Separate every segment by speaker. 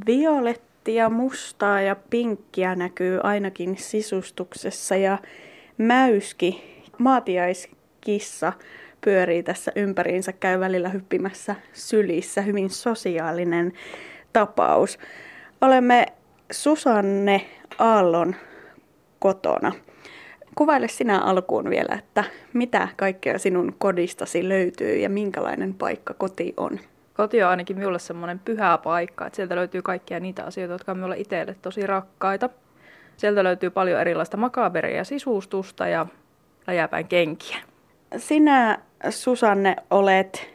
Speaker 1: Violettia, mustaa ja pinkkiä näkyy ainakin sisustuksessa ja Mäyski, maatiaiskissa, pyörii tässä ympäriinsä, käy välillä hyppimässä sylissä. Hyvin sosiaalinen tapaus. Olemme Susanne Aallon kotona. Kuvaile sinä alkuun vielä, että mitä kaikkea sinun kodistasi löytyy ja minkälainen paikka koti on.
Speaker 2: Koti on ainakin minulle semmoinen pyhä paikka, että sieltä löytyy kaikkia niitä asioita, jotka on minulle itselle tosi rakkaita. Sieltä löytyy paljon erilaista makaberia, sisustusta ja läjäpäin kenkiä.
Speaker 1: Sinä, Susanne, olet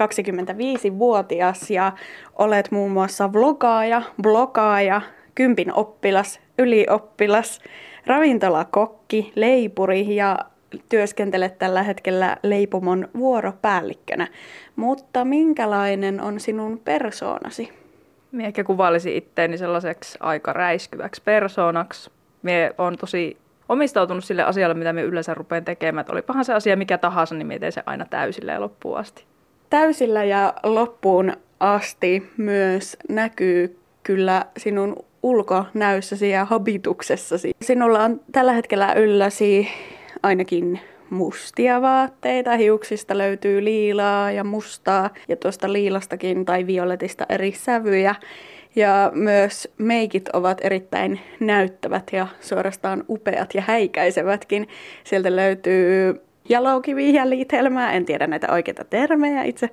Speaker 1: 25-vuotias ja olet muun muassa blogaaja, kympin oppilas, ylioppilas, ravintolakokki, leipuri ja työskentelet tällä hetkellä leipomon vuoropäällikkönä. Mutta minkälainen on sinun persoonasi?
Speaker 2: Minä ehkä kuvailisin itteeni sellaiseksi aika räiskyväksi persoonaksi. Minä olen tosi omistautunut sille asialle, mitä minä yleensä rupean tekemään. Että olipahan se asia mikä tahansa, niin minä teen se aina täysillä ja loppuun asti.
Speaker 1: Täysillä ja loppuun asti myös näkyy kyllä sinun ulkonäössäsi ja habituksessasi. Sinulla on tällä hetkellä ylläsi ainakin mustia vaatteita, hiuksista löytyy liilaa ja mustaa ja tuosta liilastakin tai violetista eri sävyjä. Ja myös meikit ovat erittäin näyttävät ja suorastaan upeat ja häikäisevätkin. Sieltä löytyy jaloukivijäljitelmää, en tiedä näitä oikeita termejä itse.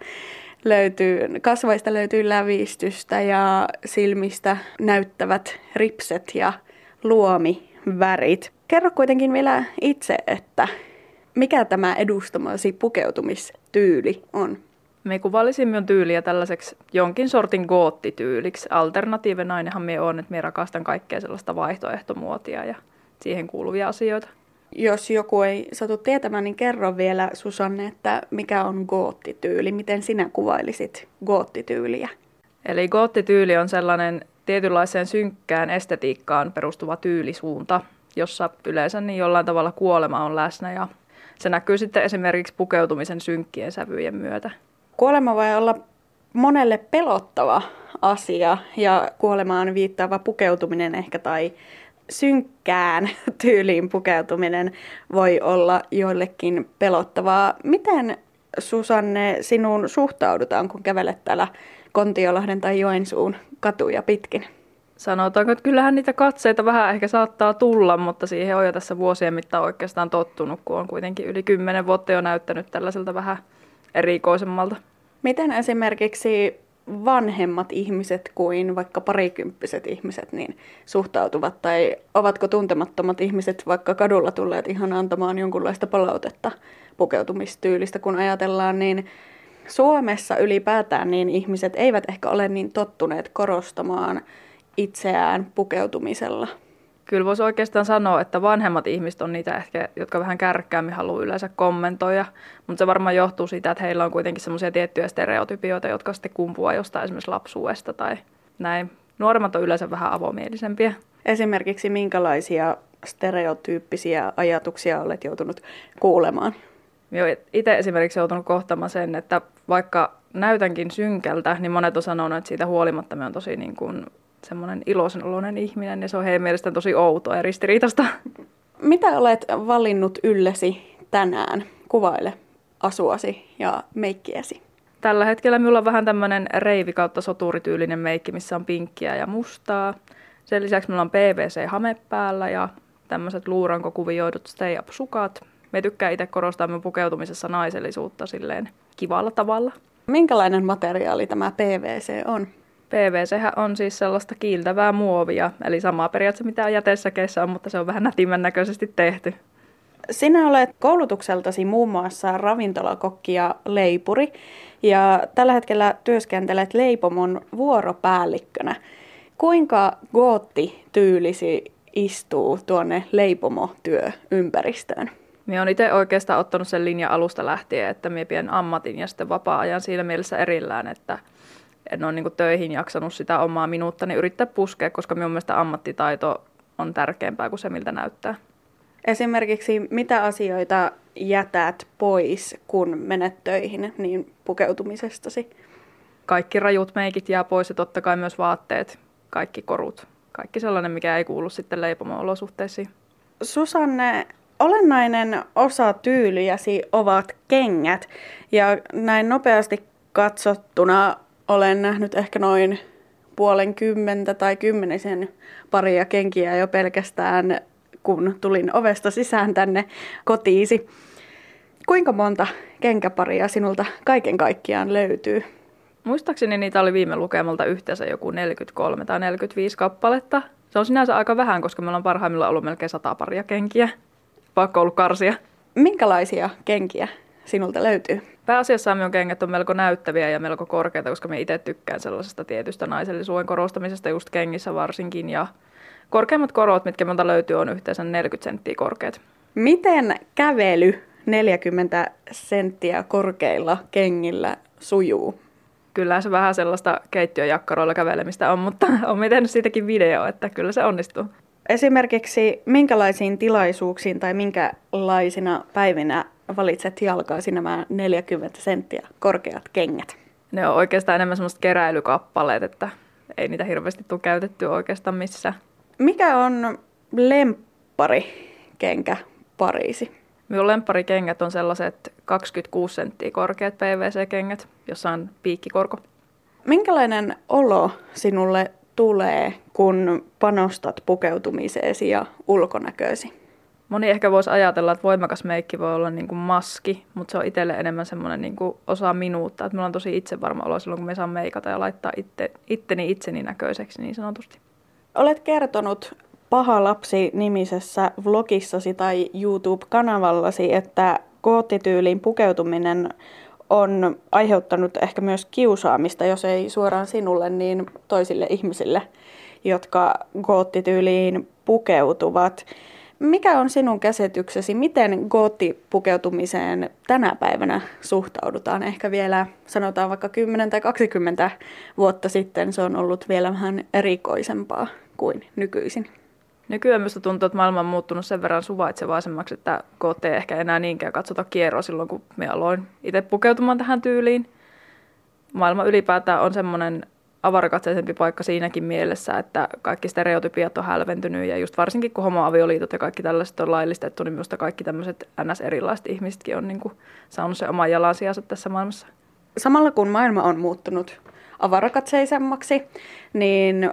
Speaker 1: Kasvoista löytyy lävistystä ja silmistä näyttävät ripset ja luomivärit. Kerro kuitenkin vielä itse, että mikä tämä edustamasi pukeutumistyyli on?
Speaker 2: Me kuvailisin minun tyyliä tällaiseksi jonkin sortin goottityyliksi. Alternatiivinainenhan minä olen, että minä rakastan kaikkea sellaista vaihtoehtomuotia ja siihen kuuluvia asioita.
Speaker 1: Jos joku ei satu tietämään, niin kerro vielä, Susanne, että mikä on goottityyli? Miten sinä kuvailisit goottityyliä?
Speaker 2: Eli goottityyli on sellainen tietynlaiseen synkkään estetiikkaan perustuva tyylisuunta, jossa yleensä niin jollain tavalla kuolema on läsnä ja se näkyy sitten esimerkiksi pukeutumisen synkkien sävyjen myötä.
Speaker 1: Kuolema voi olla monelle pelottava asia ja kuolemaan viittaava pukeutuminen ehkä tai synkkään tyyliin pukeutuminen voi olla joillekin pelottavaa. Miten, Susanne, sinun suhtaudutaan, kun kävelet täällä Kontiolahden tai Joensuun katuja pitkin?
Speaker 2: Sanotaanko, että kyllähän niitä katseita vähän ehkä saattaa tulla, mutta siihen on jo tässä vuosien mittaan oikeastaan tottunut, kun on kuitenkin yli 10 vuotta jo näyttänyt tällaiselta vähän erikoisemmalta.
Speaker 1: Miten esimerkiksi vanhemmat ihmiset kuin vaikka parikymppiset ihmiset niin suhtautuvat, tai ovatko tuntemattomat ihmiset vaikka kadulla tulleet ihan antamaan jonkunlaista palautetta pukeutumistyylistä, kun ajatellaan, niin Suomessa ylipäätään niin ihmiset eivät ehkä ole niin tottuneet korostamaan itseään pukeutumisella.
Speaker 2: Kyllä voisi oikeastaan sanoa, että vanhemmat ihmiset on niitä ehkä, jotka vähän kärkkäämmin haluaa yleensä kommentoida, mutta se varmaan johtuu siitä, että heillä on kuitenkin semmoisia tiettyjä stereotypioita, jotka sitten kumpuaa jostain esimerkiksi lapsuudesta tai näin. Nuoremmat on yleensä vähän avomielisempiä.
Speaker 1: Esimerkiksi minkälaisia stereotyyppisiä ajatuksia olet joutunut kuulemaan?
Speaker 2: Minä olen itse esimerkiksi joutunut kohtaamaan sen, että vaikka näytänkin synkältä, niin monet on sanonut, että siitä huolimatta minä olen tosi niin kuin semmoinen iloisen oloinen ihminen ja se on heidän mielestään tosi outoa ja ristiriitasta. Mitä
Speaker 1: olet valinnut yllesi tänään? Kuvaile asuasi ja meikkiäsi.
Speaker 2: Tällä hetkellä minulla on vähän tämmöinen reivi kautta soturityylinen meikki, missä on pinkkiä ja mustaa. Sen lisäksi minulla on PVC-hame päällä ja tämmöiset luurankokuvioidut stay-up-sukat. Me tykkään itse korostaa minun pukeutumisessa naisellisuutta silleen kivalla tavalla.
Speaker 1: Minkälainen materiaali tämä PVC on?
Speaker 2: PVC on siis sellaista kiiltävää muovia, eli samaa periaatteessa mitä jätesäkeissä on, mutta se on vähän nätimmän näköisesti tehty.
Speaker 1: Sinä olet koulutukseltasi muun muassa ravintolakokki ja leipuri, ja tällä hetkellä työskentelet leipomon vuoropäällikkönä. Kuinka gootti-tyylisi istuu tuonne leipomotyöympäristöön?
Speaker 2: Minä olen itse oikeastaan ottanut sen linjan alusta lähtien, että minä pidän ammatin ja sitten vapaa-ajan siinä mielessä erillään, että en ole niin kuin töihin jaksanut sitä omaa minuuttani yrittää puskea, koska minun mielestä ammattitaito on tärkeämpää kuin se, miltä näyttää.
Speaker 1: Esimerkiksi mitä asioita jätät pois, kun menet töihin, niin pukeutumisestasi?
Speaker 2: Kaikki rajut meikit jää pois ja totta kai myös vaatteet. kaikki korut. Kaikki sellainen, mikä ei kuulu sitten leipomo-olosuhteisiin.
Speaker 1: Susanne, olennainen osa tyyliäsi ovat kengät. Ja näin nopeasti katsottuna olen nähnyt ehkä noin 50 tai 10 paria kenkiä jo pelkästään, kun tulin ovesta sisään tänne kotiisi. Kuinka monta kenkäparia sinulta kaiken kaikkiaan löytyy?
Speaker 2: Muistaakseni niitä oli viime lukemalta yhteensä joku 43 tai 45 kappaletta. Se on sinänsä aika vähän, koska meillä on parhaimmillaan ollut melkein 100 paria kenkiä. Pakko ollut karsia.
Speaker 1: Minkälaisia kenkiä sinulta löytyy?
Speaker 2: Pääasiassa minun kengät on melko näyttäviä ja melko korkeita, koska me itse tykkään sellaisesta tietystä naisellisuuden korostamisesta just kengissä varsinkin. Ja korkeimmat korot, mitkä minulta löytyy, on yhteensä 40 senttiä korkeat.
Speaker 1: Miten kävely 40 senttiä korkeilla kengillä sujuu?
Speaker 2: Kyllä se vähän sellaista keittiöjakkaroilla kävelemistä on, mutta olen tehnyt siitäkin video, että kyllä se onnistuu.
Speaker 1: Esimerkiksi minkälaisiin tilaisuuksiin tai minkälaisina päivinä valitset jalkaasi nämä 40 senttiä korkeat kengät?
Speaker 2: Ne on oikeastaan enemmän semmoista keräilykappaleet, että ei niitä hirveästi tule käytettyä oikeastaan missään.
Speaker 1: Mikä on lempparikenkä Pariisi?
Speaker 2: Minun lempparikengät on sellaiset 26 senttiä korkeat PVC-kengät, jossa on piikkikorko.
Speaker 1: Minkälainen olo sinulle tulee, kun panostat pukeutumiseesi ja ulkonäköösi?
Speaker 2: Moni ehkä voisi ajatella, että voimakas meikki voi olla niin kuin maski, mutta se on itselle enemmän semmoinen niin kuin osa minuutta. Että minulla on tosi itsevarma olo silloin, kun me saan meikata ja laittaa itseni näköiseksi niin sanotusti.
Speaker 1: Olet kertonut Paha lapsi-nimisessä vlogissasi tai YouTube-kanavallasi, että goottityyliin pukeutuminen on aiheuttanut ehkä myös kiusaamista, jos ei suoraan sinulle, niin toisille ihmisille, jotka goottityyliin pukeutuvat. Mikä on sinun käsityksesi, miten goottipukeutumiseen tänä päivänä suhtaudutaan? Ehkä vielä sanotaan vaikka 10 tai 20 vuotta sitten se on ollut vielä vähän erikoisempaa kuin nykyisin.
Speaker 2: Nykyään minusta tuntuu, että maailma on muuttunut sen verran suvaitsevaisemmaksi, että gootti ei ehkä enää niinkään katsota kierroa silloin, kun minä aloin itse pukeutumaan tähän tyyliin. Maailma ylipäätään on semmoinen avarakatseisempi paikka siinäkin mielessä, että kaikki stereotypiat on hälventynyt ja just varsinkin kun homoavioliitot ja kaikki tällaiset on laillistettu, niin minusta kaikki tämmöiset ns-erilaiset ihmisetkin on niin kuin saanut sen oman jalansijansa tässä maailmassa.
Speaker 1: Samalla kun maailma on muuttunut avarakatseisemmaksi, niin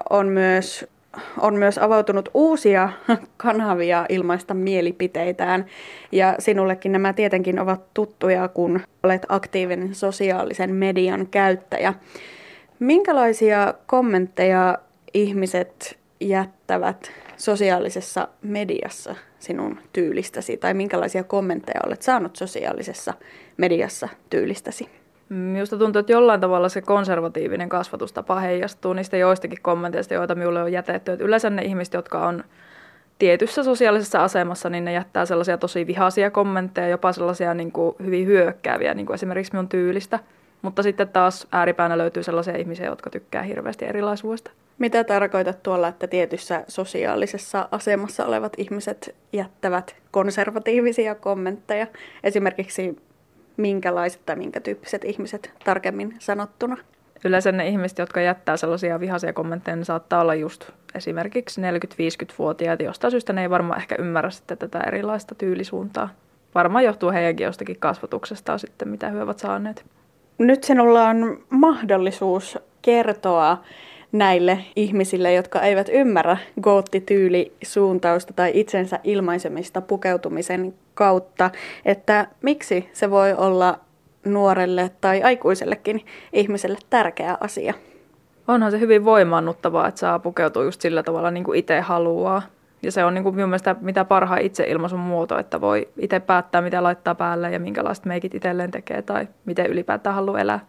Speaker 1: on myös avautunut uusia kanavia ilmaista mielipiteitään. Ja sinullekin nämä tietenkin ovat tuttuja, kun olet aktiivinen sosiaalisen median käyttäjä. Minkälaisia kommentteja ihmiset jättävät sosiaalisessa mediassa sinun tyylistäsi? Tai minkälaisia kommentteja olet saanut sosiaalisessa mediassa tyylistäsi?
Speaker 2: Minusta tuntuu, että jollain tavalla se konservatiivinen kasvatustapa heijastuu niistä joistakin kommenteista, joita minulle on jätetty. Että yleensä ne ihmiset, jotka on tietyssä sosiaalisessa asemassa, niin ne jättää sellaisia tosi vihaisia kommentteja, jopa sellaisia niin kuin hyvin hyökkääviä, niin kuin esimerkiksi minun tyylistä. Mutta sitten taas ääripäänä löytyy sellaisia ihmisiä, jotka tykkää hirveästi erilaisuudesta.
Speaker 1: Mitä tarkoitat tuolla, että tietyssä sosiaalisessa asemassa olevat ihmiset jättävät konservatiivisia kommentteja? Esimerkiksi minkälaiset tai minkä tyyppiset ihmiset tarkemmin sanottuna?
Speaker 2: Yleensä ne ihmiset, jotka jättää sellaisia vihaisia kommentteja, ne saattaa olla just esimerkiksi 40-50-vuotiaita. Jostain syystä ne ei varmaan ehkä ymmärrä sitten tätä erilaista tyylisuuntaa. Varmaan johtuu heidänkin jostakin kasvatuksestaan sitten, mitä he ovat saaneet.
Speaker 1: Nyt sinulla on mahdollisuus kertoa näille ihmisille, jotka eivät ymmärrä goottityylisuuntausta tai itsensä ilmaisemista pukeutumisen kautta, että miksi se voi olla nuorelle tai aikuisellekin ihmiselle tärkeä asia.
Speaker 2: Onhan se hyvin voimaannuttavaa, että saa pukeutua just sillä tavalla niin kuin itse haluaa. Ja se on niin kuin minun mielestä mitä parhaan itseilmaisun muoto, että voi itse päättää, mitä laittaa päälle ja minkälaiset meikit itselleen tekee tai miten ylipäätään haluaa elää.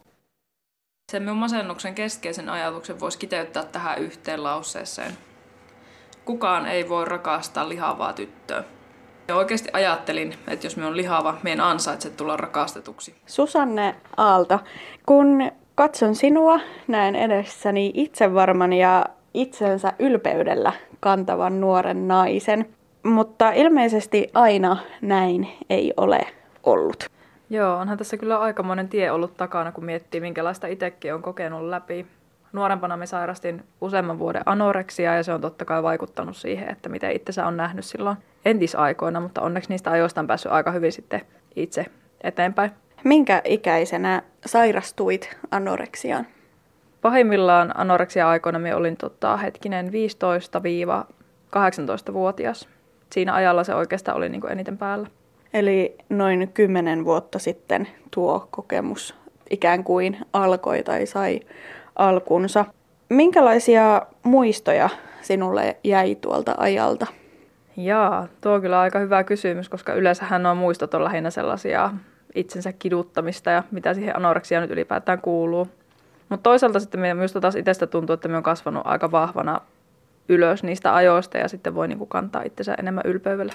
Speaker 2: Sen minun masennuksen keskeisen ajatuksen voisi kiteyttää tähän yhteen lauseeseen. Kukaan ei voi rakastaa lihavaa tyttöä. Ja oikeasti ajattelin, että jos minä olen lihava, minä en ansaitse tulla rakastetuksi.
Speaker 1: Susanne Aalto, kun katson sinua, näen edessäni itsevarman ja itsensä ylpeydellä kantavan nuoren naisen, mutta ilmeisesti aina näin ei ole ollut.
Speaker 2: Joo, onhan tässä kyllä aikamoinen tie ollut takana, kun miettii, minkälaista itsekin on kokenut läpi. Nuorempana me sairastin useamman vuoden anoreksiaa ja se on totta kai vaikuttanut siihen, että miten itsensä on nähnyt silloin entisaikoina, mutta onneksi niistä ajoista on päässyt aika hyvin sitten itse eteenpäin.
Speaker 1: Minkä ikäisenä sairastuit anoreksiaan?
Speaker 2: Pahimmillaan anoreksia-aikoina minä olin 15-18-vuotias. Siinä ajalla se oikeastaan oli niin kuin eniten päällä.
Speaker 1: Eli noin 10 vuotta sitten tuo kokemus ikään kuin alkoi tai sai alkunsa. Minkälaisia muistoja sinulle jäi tuolta ajalta?
Speaker 2: Jaa, tuo on kyllä aika hyvä kysymys, koska yleensähän nuo muistot on lähinnä sellaisia itsensä kiduttamista ja mitä siihen anoreksiaan nyt ylipäätään kuuluu. Mutta toisaalta sitten minusta taas itsestä tuntuu, että minä olen kasvanut aika vahvana ylös niistä ajoista ja sitten voi niinku kantaa itsensä enemmän ylpeydellä.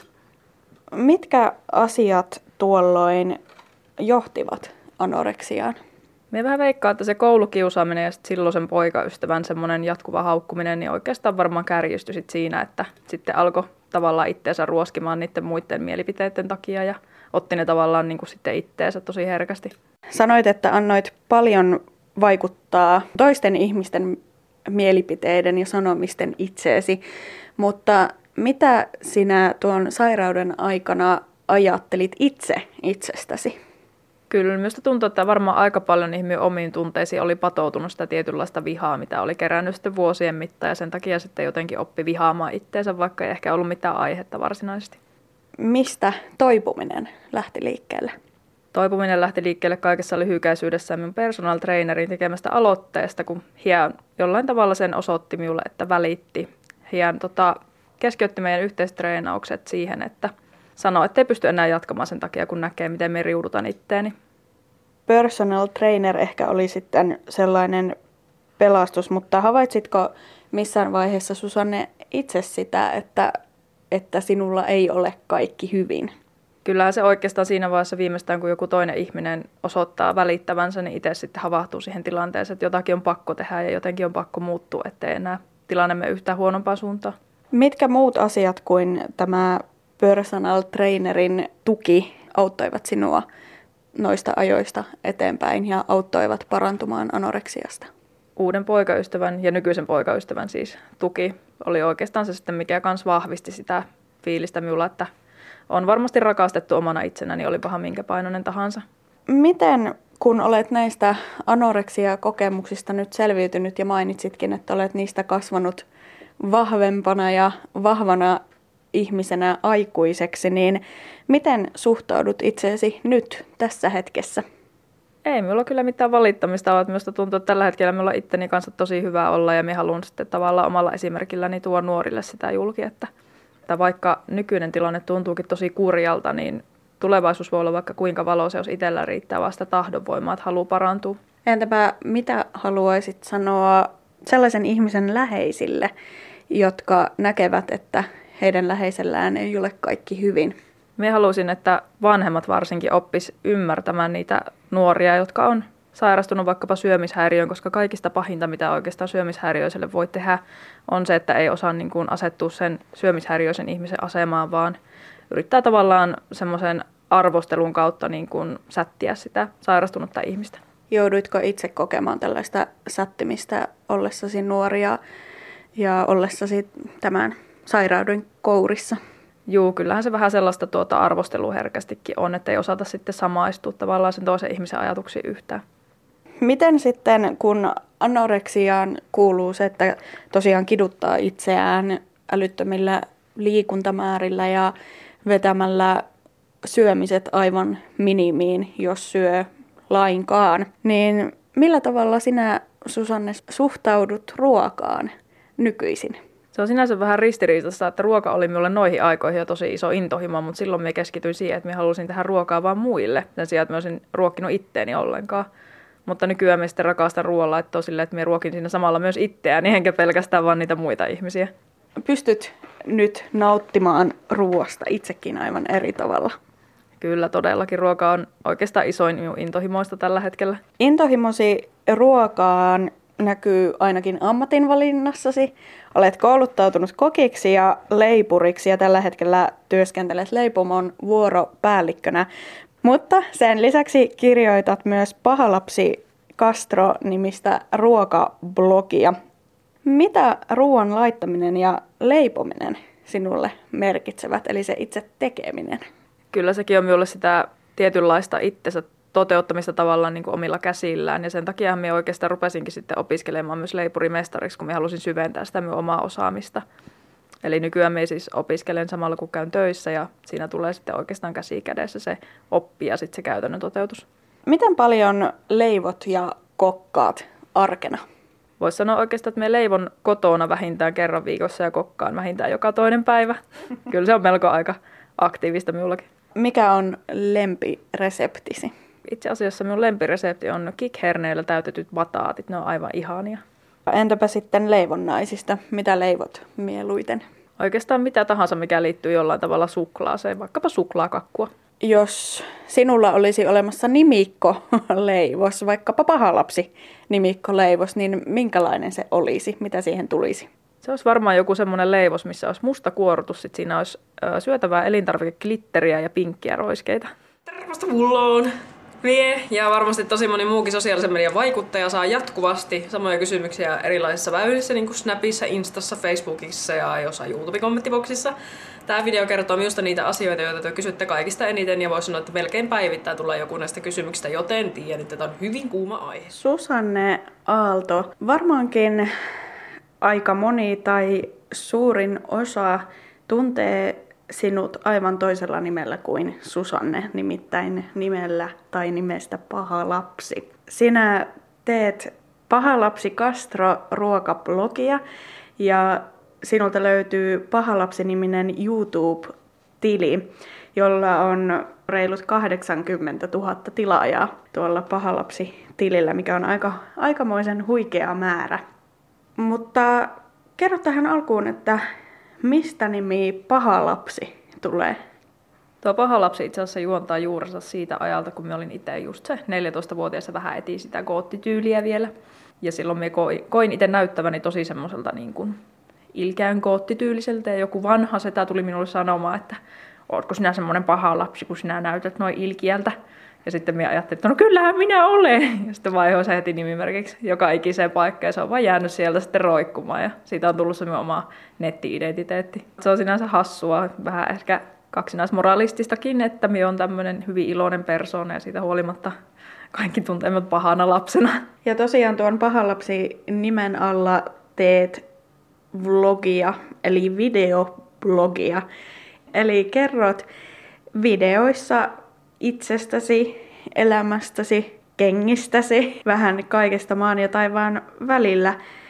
Speaker 1: Mitkä asiat tuolloin johtivat anoreksiaan?
Speaker 2: Minä vähän veikkaan, että se koulukiusaaminen ja silloisen poikaystävän semmoinen jatkuva haukkuminen, niin oikeastaan varmaan kärjistyi sit siinä, että sitten alkoi tavallaan itteensä ruoskimaan niiden muiden mielipiteiden takia ja otti ne tavallaan niin kuin sitten itteensä tosi herkästi.
Speaker 1: Sanoit, että annoit paljon vaikuttaa toisten ihmisten mielipiteiden ja sanomisten itseesi, mutta mitä sinä tuon sairauden aikana ajattelit itse itsestäsi?
Speaker 2: Kyllä, minusta tuntuu, että varmaan aika paljon niihin omiin tunteisiin oli patoutunut sitä tietynlaista vihaa, mitä oli kerännyt sitten vuosien mittaan ja sen takia sitten jotenkin oppi vihaamaan itteensä, vaikka ei ehkä ollut mitään aihetta varsinaisesti.
Speaker 1: Mistä toipuminen lähti liikkeelle?
Speaker 2: Toipuminen lähti liikkeelle kaikessa lyhykäisyydessään minun personal trainerin tekemästä aloitteesta, kun hän jollain tavalla sen osoitti minulle, että välitti. Hän keskeytti meidän yhteistreenaukset siihen, että sanoi, että ei pysty enää jatkamaan sen takia, kun näkee, miten me riudutan itteeni.
Speaker 1: Personal trainer ehkä oli sitten sellainen pelastus, mutta havaitsitko missään vaiheessa, Susanne, itse sitä, että sinulla ei ole kaikki hyvin?
Speaker 2: Kyllähän se oikeastaan siinä vaiheessa viimeistään, kun joku toinen ihminen osoittaa välittävänsä, niin itse sitten havahtuu siihen tilanteeseen, että jotakin on pakko tehdä ja jotenkin on pakko muuttua, ettei enää tilanne mene yhtään huonompaan suuntaan.
Speaker 1: Mitkä muut asiat kuin tämä personal trainerin tuki auttoivat sinua noista ajoista eteenpäin ja auttoivat parantumaan anoreksiasta?
Speaker 2: Uuden poikaystävän ja nykyisen poikaystävän siis tuki oli oikeastaan se sitten, mikä kans vahvisti sitä fiilistä minulla, että on varmasti rakastettu omana itsenäni, olipahan minkä painoinen tahansa.
Speaker 1: Miten, kun olet näistä anoreksia-kokemuksista nyt selviytynyt ja mainitsitkin, että olet niistä kasvanut vahvempana ja vahvana ihmisenä aikuiseksi, niin miten suhtaudut itseesi nyt tässä hetkessä?
Speaker 2: Ei minulla kyllä mitään valittamista ole. Minusta tuntuu, että tällä hetkellä minulla on itteni kanssa tosi hyvä olla ja minä haluan sitten tavallaan omalla esimerkilläni tuoda nuorille sitä julki, että vaikka nykyinen tilanne tuntuukin tosi kurjalta, niin tulevaisuus voi olla vaikka kuinka valoisa, jos itsellä riittää vasta tahdonvoimaa, että haluaa parantua.
Speaker 1: Entäpä mitä haluaisit sanoa sellaisen ihmisen läheisille, jotka näkevät, että heidän läheisellään ei ole kaikki hyvin?
Speaker 2: Minä haluaisin, että vanhemmat varsinkin oppis ymmärtämään niitä nuoria, jotka on sairastunut vaikkapa syömishäiriöön, koska kaikista pahinta, mitä oikeastaan syömishäiriöiselle voi tehdä, on se, että ei osaa niin kuin asettua sen syömishäiriöisen ihmisen asemaan, vaan yrittää tavallaan semmoisen arvostelun kautta niin kuin sättiä sitä sairastunutta ihmistä.
Speaker 1: Jouduitko itse kokemaan tällaista sättimistä ollessasi nuoria ja ollessasi tämän sairauden kourissa?
Speaker 2: Juu, kyllähän se vähän sellaista arvostelua herkästikin on, että ei osata sitten samaistua tavallaan sen toisen ihmisen ajatuksiin yhtään.
Speaker 1: Miten sitten, kun anoreksiaan kuuluu se, että tosiaan kiduttaa itseään älyttömillä liikuntamäärillä ja vetämällä syömiset aivan minimiin, jos syö lainkaan, niin millä tavalla sinä, Susanne, suhtaudut ruokaan nykyisin?
Speaker 2: Se on sinänsä vähän ristiriitaista, että ruoka oli minulle noihin aikoihin jo tosi iso intohimo, mutta silloin minä keskityin siihen, että minä halusin tehdä ruokaa vaan muille, sen sijaan, että minä olisin ruokkinut itteeni ollenkaan. Mutta nykyään minä sitten rakastan ruoanlaittoa silleen, että minä ruokin siinä samalla myös itseäni, enkä pelkästään vaan niitä muita ihmisiä.
Speaker 1: Pystyt nyt nauttimaan ruoasta itsekin aivan eri tavalla?
Speaker 2: Kyllä, todellakin ruoka on oikeastaan isoin minun intohimoista tällä hetkellä.
Speaker 1: Intohimosi ruokaan näkyy ainakin ammatinvalinnassasi. Olet kouluttautunut kokiksi ja leipuriksi ja tällä hetkellä työskentelet leipomon vuoropäällikkönä. Mutta sen lisäksi kirjoitat myös pahalapsi Castro-nimistä ruokablogia. Mitä ruoan laittaminen ja leipominen sinulle merkitsevät, eli se itse tekeminen?
Speaker 2: Kyllä sekin on minulle sitä tietynlaista itsensä toteuttamista tavallaan niin kuin omilla käsillään. Ja sen takia minä oikeastaan rupesinkin sitten opiskelemaan myös leipurimestariksi, kun minä halusin syventää sitä minun omaa osaamista. Eli nykyään minä siis opiskelen samalla kun käyn töissä ja siinä tulee sitten oikeastaan käsi kädessä se oppi ja sitten se käytännön toteutus.
Speaker 1: Miten paljon leivot ja kokkaat arkena?
Speaker 2: Voisi sanoa oikeastaan, että minä leivon kotona vähintään kerran viikossa ja kokkaan vähintään joka toinen päivä. Kyllä se on melko aika aktiivista minullakin.
Speaker 1: Mikä on lempireseptisi?
Speaker 2: Itse asiassa minun lempiresepti on kikherneillä täytetyt bataatit. Ne on aivan ihania.
Speaker 1: Entäpä sitten leivonnaisista? Mitä leivot mieluiten?
Speaker 2: Oikeastaan mitä tahansa, mikä liittyy jollain tavalla suklaaseen, vaikkapa suklaakakkua.
Speaker 1: Jos sinulla olisi olemassa nimikkoleivos, vaikkapa pahalapsi nimikkoleivos, niin minkälainen se olisi? Mitä siihen tulisi?
Speaker 2: Se olisi varmaan joku semmoinen leivos, missä olisi musta kuorutus. Sitten siinä olisi syötävää elintarvikeglitteriä ja pinkkiä roiskeita.
Speaker 3: Tervetuloa pulloon! Mie ja varmasti tosi moni muukin sosiaalisen median vaikuttaja saa jatkuvasti samoja kysymyksiä erilaisissa väylissä, niin kuin Snapissa, Instassa, Facebookissa ja jossain YouTube-kommenttiboksissa. Tämä video kertoo minusta niitä asioita, joita te kysytte kaikista eniten, ja voisi sanoa, että melkein päivittäin tulee joku näistä kysymyksistä, joten tiedän, että tämä on hyvin kuuma aihe.
Speaker 1: Susanne Aalto, varmaankin aika moni tai suurin osa tuntee sinut aivan toisella nimellä kuin Susanne, nimittäin nimellä tai nimestä Paha Lapsi. Sinä teet Paha Lapsi Castro ruokablogia ja sinulta löytyy Paha Lapsi-niminen YouTube-tili, jolla on reilut 80 000 tilaajaa tuolla Paha Lapsi-tilillä, mikä on aikamoisen huikea määrä. Mutta kerro tähän alkuun, että mistä nimi Paha Lapsi tulee?
Speaker 2: Tuo Paha Lapsi itse asiassa juontaa juurensa siitä ajalta, kun minä olin itse just se 14-vuotias ja vähän etin sitä goottityyliä vielä. Ja silloin minä koin itse näyttäväni tosi semmoiselta niin kuin ilkeän goottityyliseltä. Ja joku vanha setä tuli minulle sanomaan, että ootko sinä semmoinen paha lapsi, kun sinä näytät noin ilkiältä. Ja sitten minä ajattelin, että no kyllähän minä olen. Ja sitten vaihoin se heti nimimerkiksi joka ikiseen paikkaan. Ja se on vaan jäänyt sieltä sitten roikkumaan. Ja siitä on tullut se minun oma netti-identiteetti. Se on sinänsä hassua, vähän ehkä kaksinaismoralististakin, että minä olen tämmöinen hyvin iloinen persoona ja siitä huolimatta kaikki tuntee minut pahana lapsena.
Speaker 1: Ja tosiaan tuon Paha Lapsi nimen alla teet vlogia, eli videoblogia. Eli kerrot videoissa itsestäsi, elämästäsi, kengistäsi, vähän kaikesta maan ja taivaan välillä.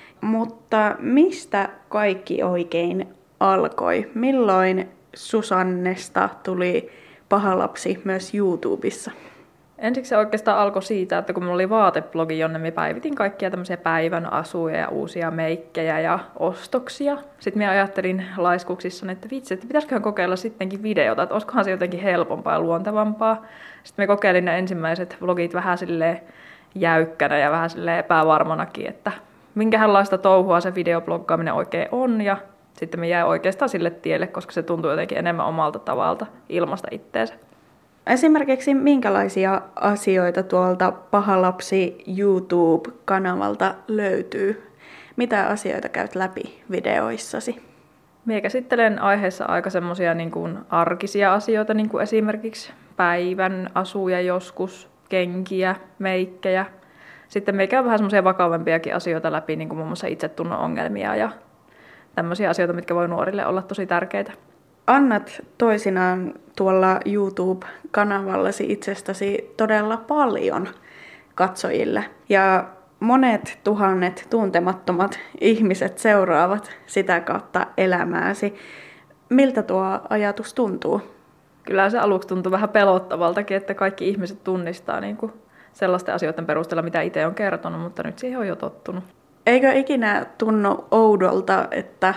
Speaker 1: Mutta mistä kaikki oikein alkoi? Milloin Susannesta tuli Paha Lapsi myös YouTubessa?
Speaker 2: Ensiksi se oikeastaan alkoi siitä, että kun minulla oli vaateblogi, jonne me päivitin kaikkia tämmöisiä päivän asuja ja uusia meikkejä ja ostoksia. Sitten minä ajattelin laiskuksissani, että vitsi, että pitäisiköhän kokeilla sittenkin videota, että olisikohan se jotenkin helpompaa ja luontevampaa. Sitten me kokeilin ne ensimmäiset vlogit vähän silleen jäykkänä ja vähän silleen epävarmanakin, että minkälaista touhua se videobloggaaminen oikein on. Ja sitten me jäi oikeastaan sille tielle, koska se tuntui jotenkin enemmän omalta tavalta ilmaista itteensä.
Speaker 1: Esimerkiksi minkälaisia asioita tuolta Paha Lapsi YouTube-kanavalta löytyy? Mitä asioita käyt läpi videoissasi?
Speaker 2: Minä käsittelen aiheessa aika semmoisia niin kuin arkisia asioita, niin kuin esimerkiksi päivän asuja joskus, kenkiä, meikkejä. Sitten me käy vähän semmoisia vakavampiakin asioita läpi, niin kuin muun muassa itsetunnon ongelmia ja tämmöisiä asioita, mitkä voi nuorille olla tosi tärkeitä.
Speaker 1: Annat toisinaan tuolla YouTube-kanavallasi itsestäsi todella paljon katsojille. Ja monet tuhannet tuntemattomat ihmiset seuraavat sitä kautta elämääsi. Miltä tuo ajatus tuntuu?
Speaker 2: Kyllä se aluksi tuntuu vähän pelottavaltakin, että kaikki ihmiset tunnistaa niin kuin sellaisten asioiden perusteella, mitä itse on kertonut, mutta nyt siihen on jo tottunut.
Speaker 1: Eikö ikinä tunnu oudolta, että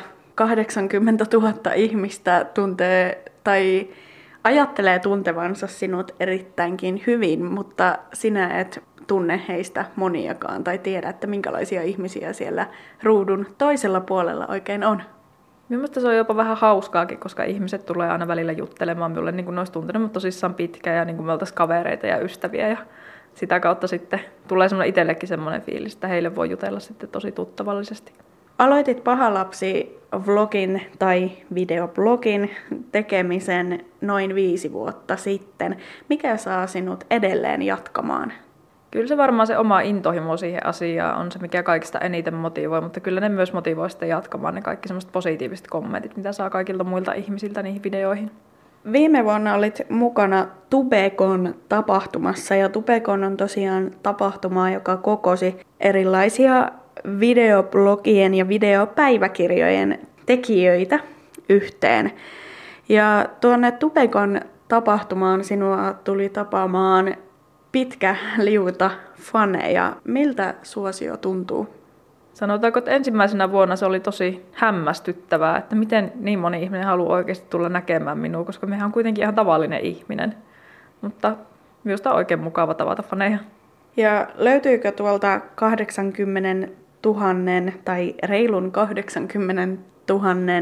Speaker 1: 80 000 ihmistä tuntee tai ajattelee tuntevansa sinut erittäinkin hyvin, mutta sinä et tunne heistä moniakaan tai tiedä, että minkälaisia ihmisiä siellä ruudun toisella puolella oikein on?
Speaker 2: Mielestäni se on jopa vähän hauskaakin, koska ihmiset tulee aina välillä juttelemaan minulle, niin kuin ne olisi tuntenut tosissaan pitkään ja niin kuin me oltaisiin kavereita ja ystäviä. Ja sitä kautta sitten tulee semmoinen itsellekin semmoinen fiilis, että heille voi jutella sitten tosi tuttavallisesti.
Speaker 1: Aloitit Pahalapsi-vlogin tai videoblogin tekemisen noin 5 vuotta sitten. Mikä saa sinut edelleen jatkamaan?
Speaker 2: Kyllä se varmaan se oma intohimo siihen asiaan on se, mikä kaikista eniten motivoi, mutta kyllä ne myös motivoi sitten jatkamaan ne kaikki semmoiset positiiviset kommentit, mitä saa kaikilta muilta ihmisiltä niihin videoihin.
Speaker 1: Viime vuonna olit mukana Tubecon tapahtumassa ja Tubecon on tosiaan tapahtuma, joka kokosi erilaisia videoblogien ja videopäiväkirjojen tekijöitä yhteen. Ja tuonne Tubecon tapahtumaan sinua tuli tapaamaan pitkä liuta faneja. Miltä suosio tuntuu?
Speaker 2: Sanotaanko, että ensimmäisenä vuonna se oli tosi hämmästyttävää, että miten niin moni ihminen haluaa oikeasti tulla näkemään minua, koska mehän on kuitenkin ihan tavallinen ihminen. Mutta minusta on oikein mukava tavata faneja.
Speaker 1: Ja löytyykö tuolta 80 000 tai reilun 80 000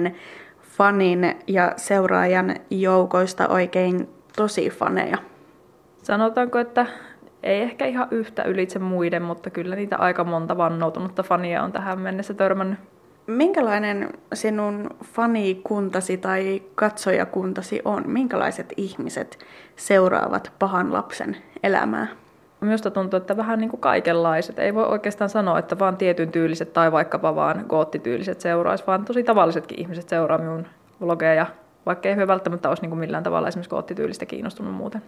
Speaker 1: fanin ja seuraajan joukoista oikein tosi faneja?
Speaker 2: Sanotaanko, että ei ehkä ihan yhtä ylitse muiden, mutta kyllä niitä aika monta vannoutunutta fania on tähän mennessä törmännyt.
Speaker 1: Minkälainen sinun fanikuntasi tai katsojakuntasi on? Minkälaiset ihmiset seuraavat Pahan lapsen elämää?
Speaker 2: Minusta tuntuu, että vähän niin kuin kaikenlaiset. Ei voi oikeastaan sanoa, että vaan tietyn tyyliset tai vaikkapa vaan goottityyliset seuraisi, vaan tosi tavallisetkin ihmiset seuraa minun vlogeja, vaikka ei välttämättä olisi niin kuin millään tavalla esimerkiksi goottityylistä kiinnostunut muuten.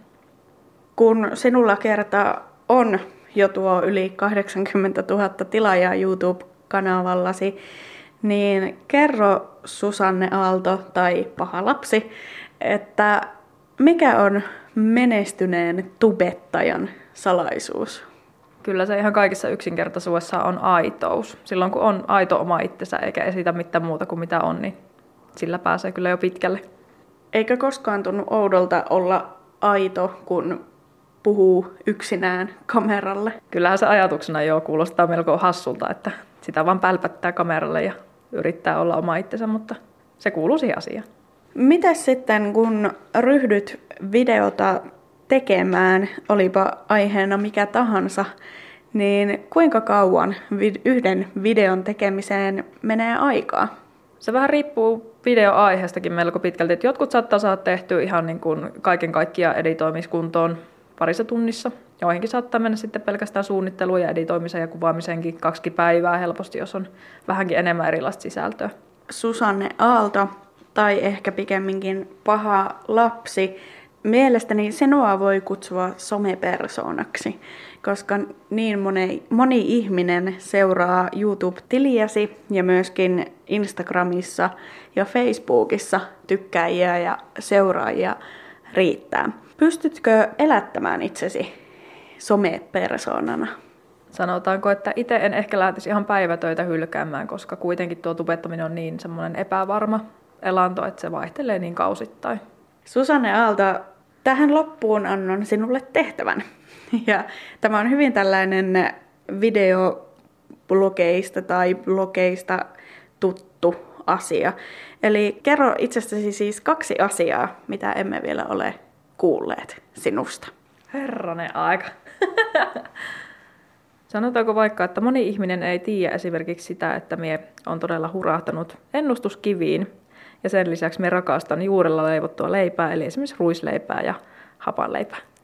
Speaker 1: Kun sinulla kerta on jo tuo yli 80 000 tilaajaa YouTube-kanavallasi, niin kerro Susanne Aalto tai Paha lapsi, että mikä on menestyneen tubettajan salaisuus?
Speaker 2: Kyllä se ihan kaikissa yksinkertaisuudessa on aitous. Silloin kun on aito oma itsensä eikä esitä mitään muuta kuin mitä on, niin sillä pääsee kyllä jo pitkälle.
Speaker 1: Eikö koskaan tunnu oudolta olla aito, kun puhuu yksinään kameralle?
Speaker 2: Kyllähän se ajatuksena jo kuulostaa melko hassulta, että sitä vaan pälpättää kameralle ja yrittää olla oma itsensä, mutta se kuuluu siihen asiaan.
Speaker 1: Mitäs sitten, kun ryhdyt videota tekemään, olipa aiheena mikä tahansa, niin kuinka kauan yhden videon tekemiseen menee aikaa?
Speaker 2: Se vähän riippuu videoaiheestakin melko pitkälti. Että jotkut saattaa saada tehtyä ihan niin kuin kaiken kaikkiaan editoimiskuntoon parissa tunnissa. Joihinkin saattaa mennä sitten pelkästään suunnitteluun ja editoimiseen ja kuvaamiseenkin 2 päivää helposti, jos on vähänkin enemmän erilaista sisältöä.
Speaker 1: Susanne Aalto, tai ehkä pikemminkin Paha lapsi. Mielestäni sinua voi kutsua somepersoonaksi, koska niin moni ihminen seuraa YouTube-tiliäsi ja myöskin Instagramissa ja Facebookissa tykkäjiä ja seuraajia riittää. Pystytkö elättämään itsesi somepersoonana?
Speaker 2: Sanotaanko, että itse en ehkä lähtisi ihan päivätöitä hylkäämään, koska kuitenkin tuo tubettaminen on niin semmoinen epävarma elanto, että se vaihtelee niin kausittain.
Speaker 1: Susanne Aalto, tähän loppuun annan sinulle tehtävän. Ja tämä on hyvin tällainen videoblogeista tai blogeista tuttu asia. Eli kerro itsestäsi siis 2 asiaa, mitä emme vielä ole kuulleet sinusta.
Speaker 2: Herranen aika. Sanotaanko vaikka, että moni ihminen ei tiedä esimerkiksi sitä, että minä olen todella hurahtanut ennustuskiviin. Ja sen lisäksi minä rakastan juurella leivottua leipää, eli esimerkiksi ruisleipää ja hapanleipää.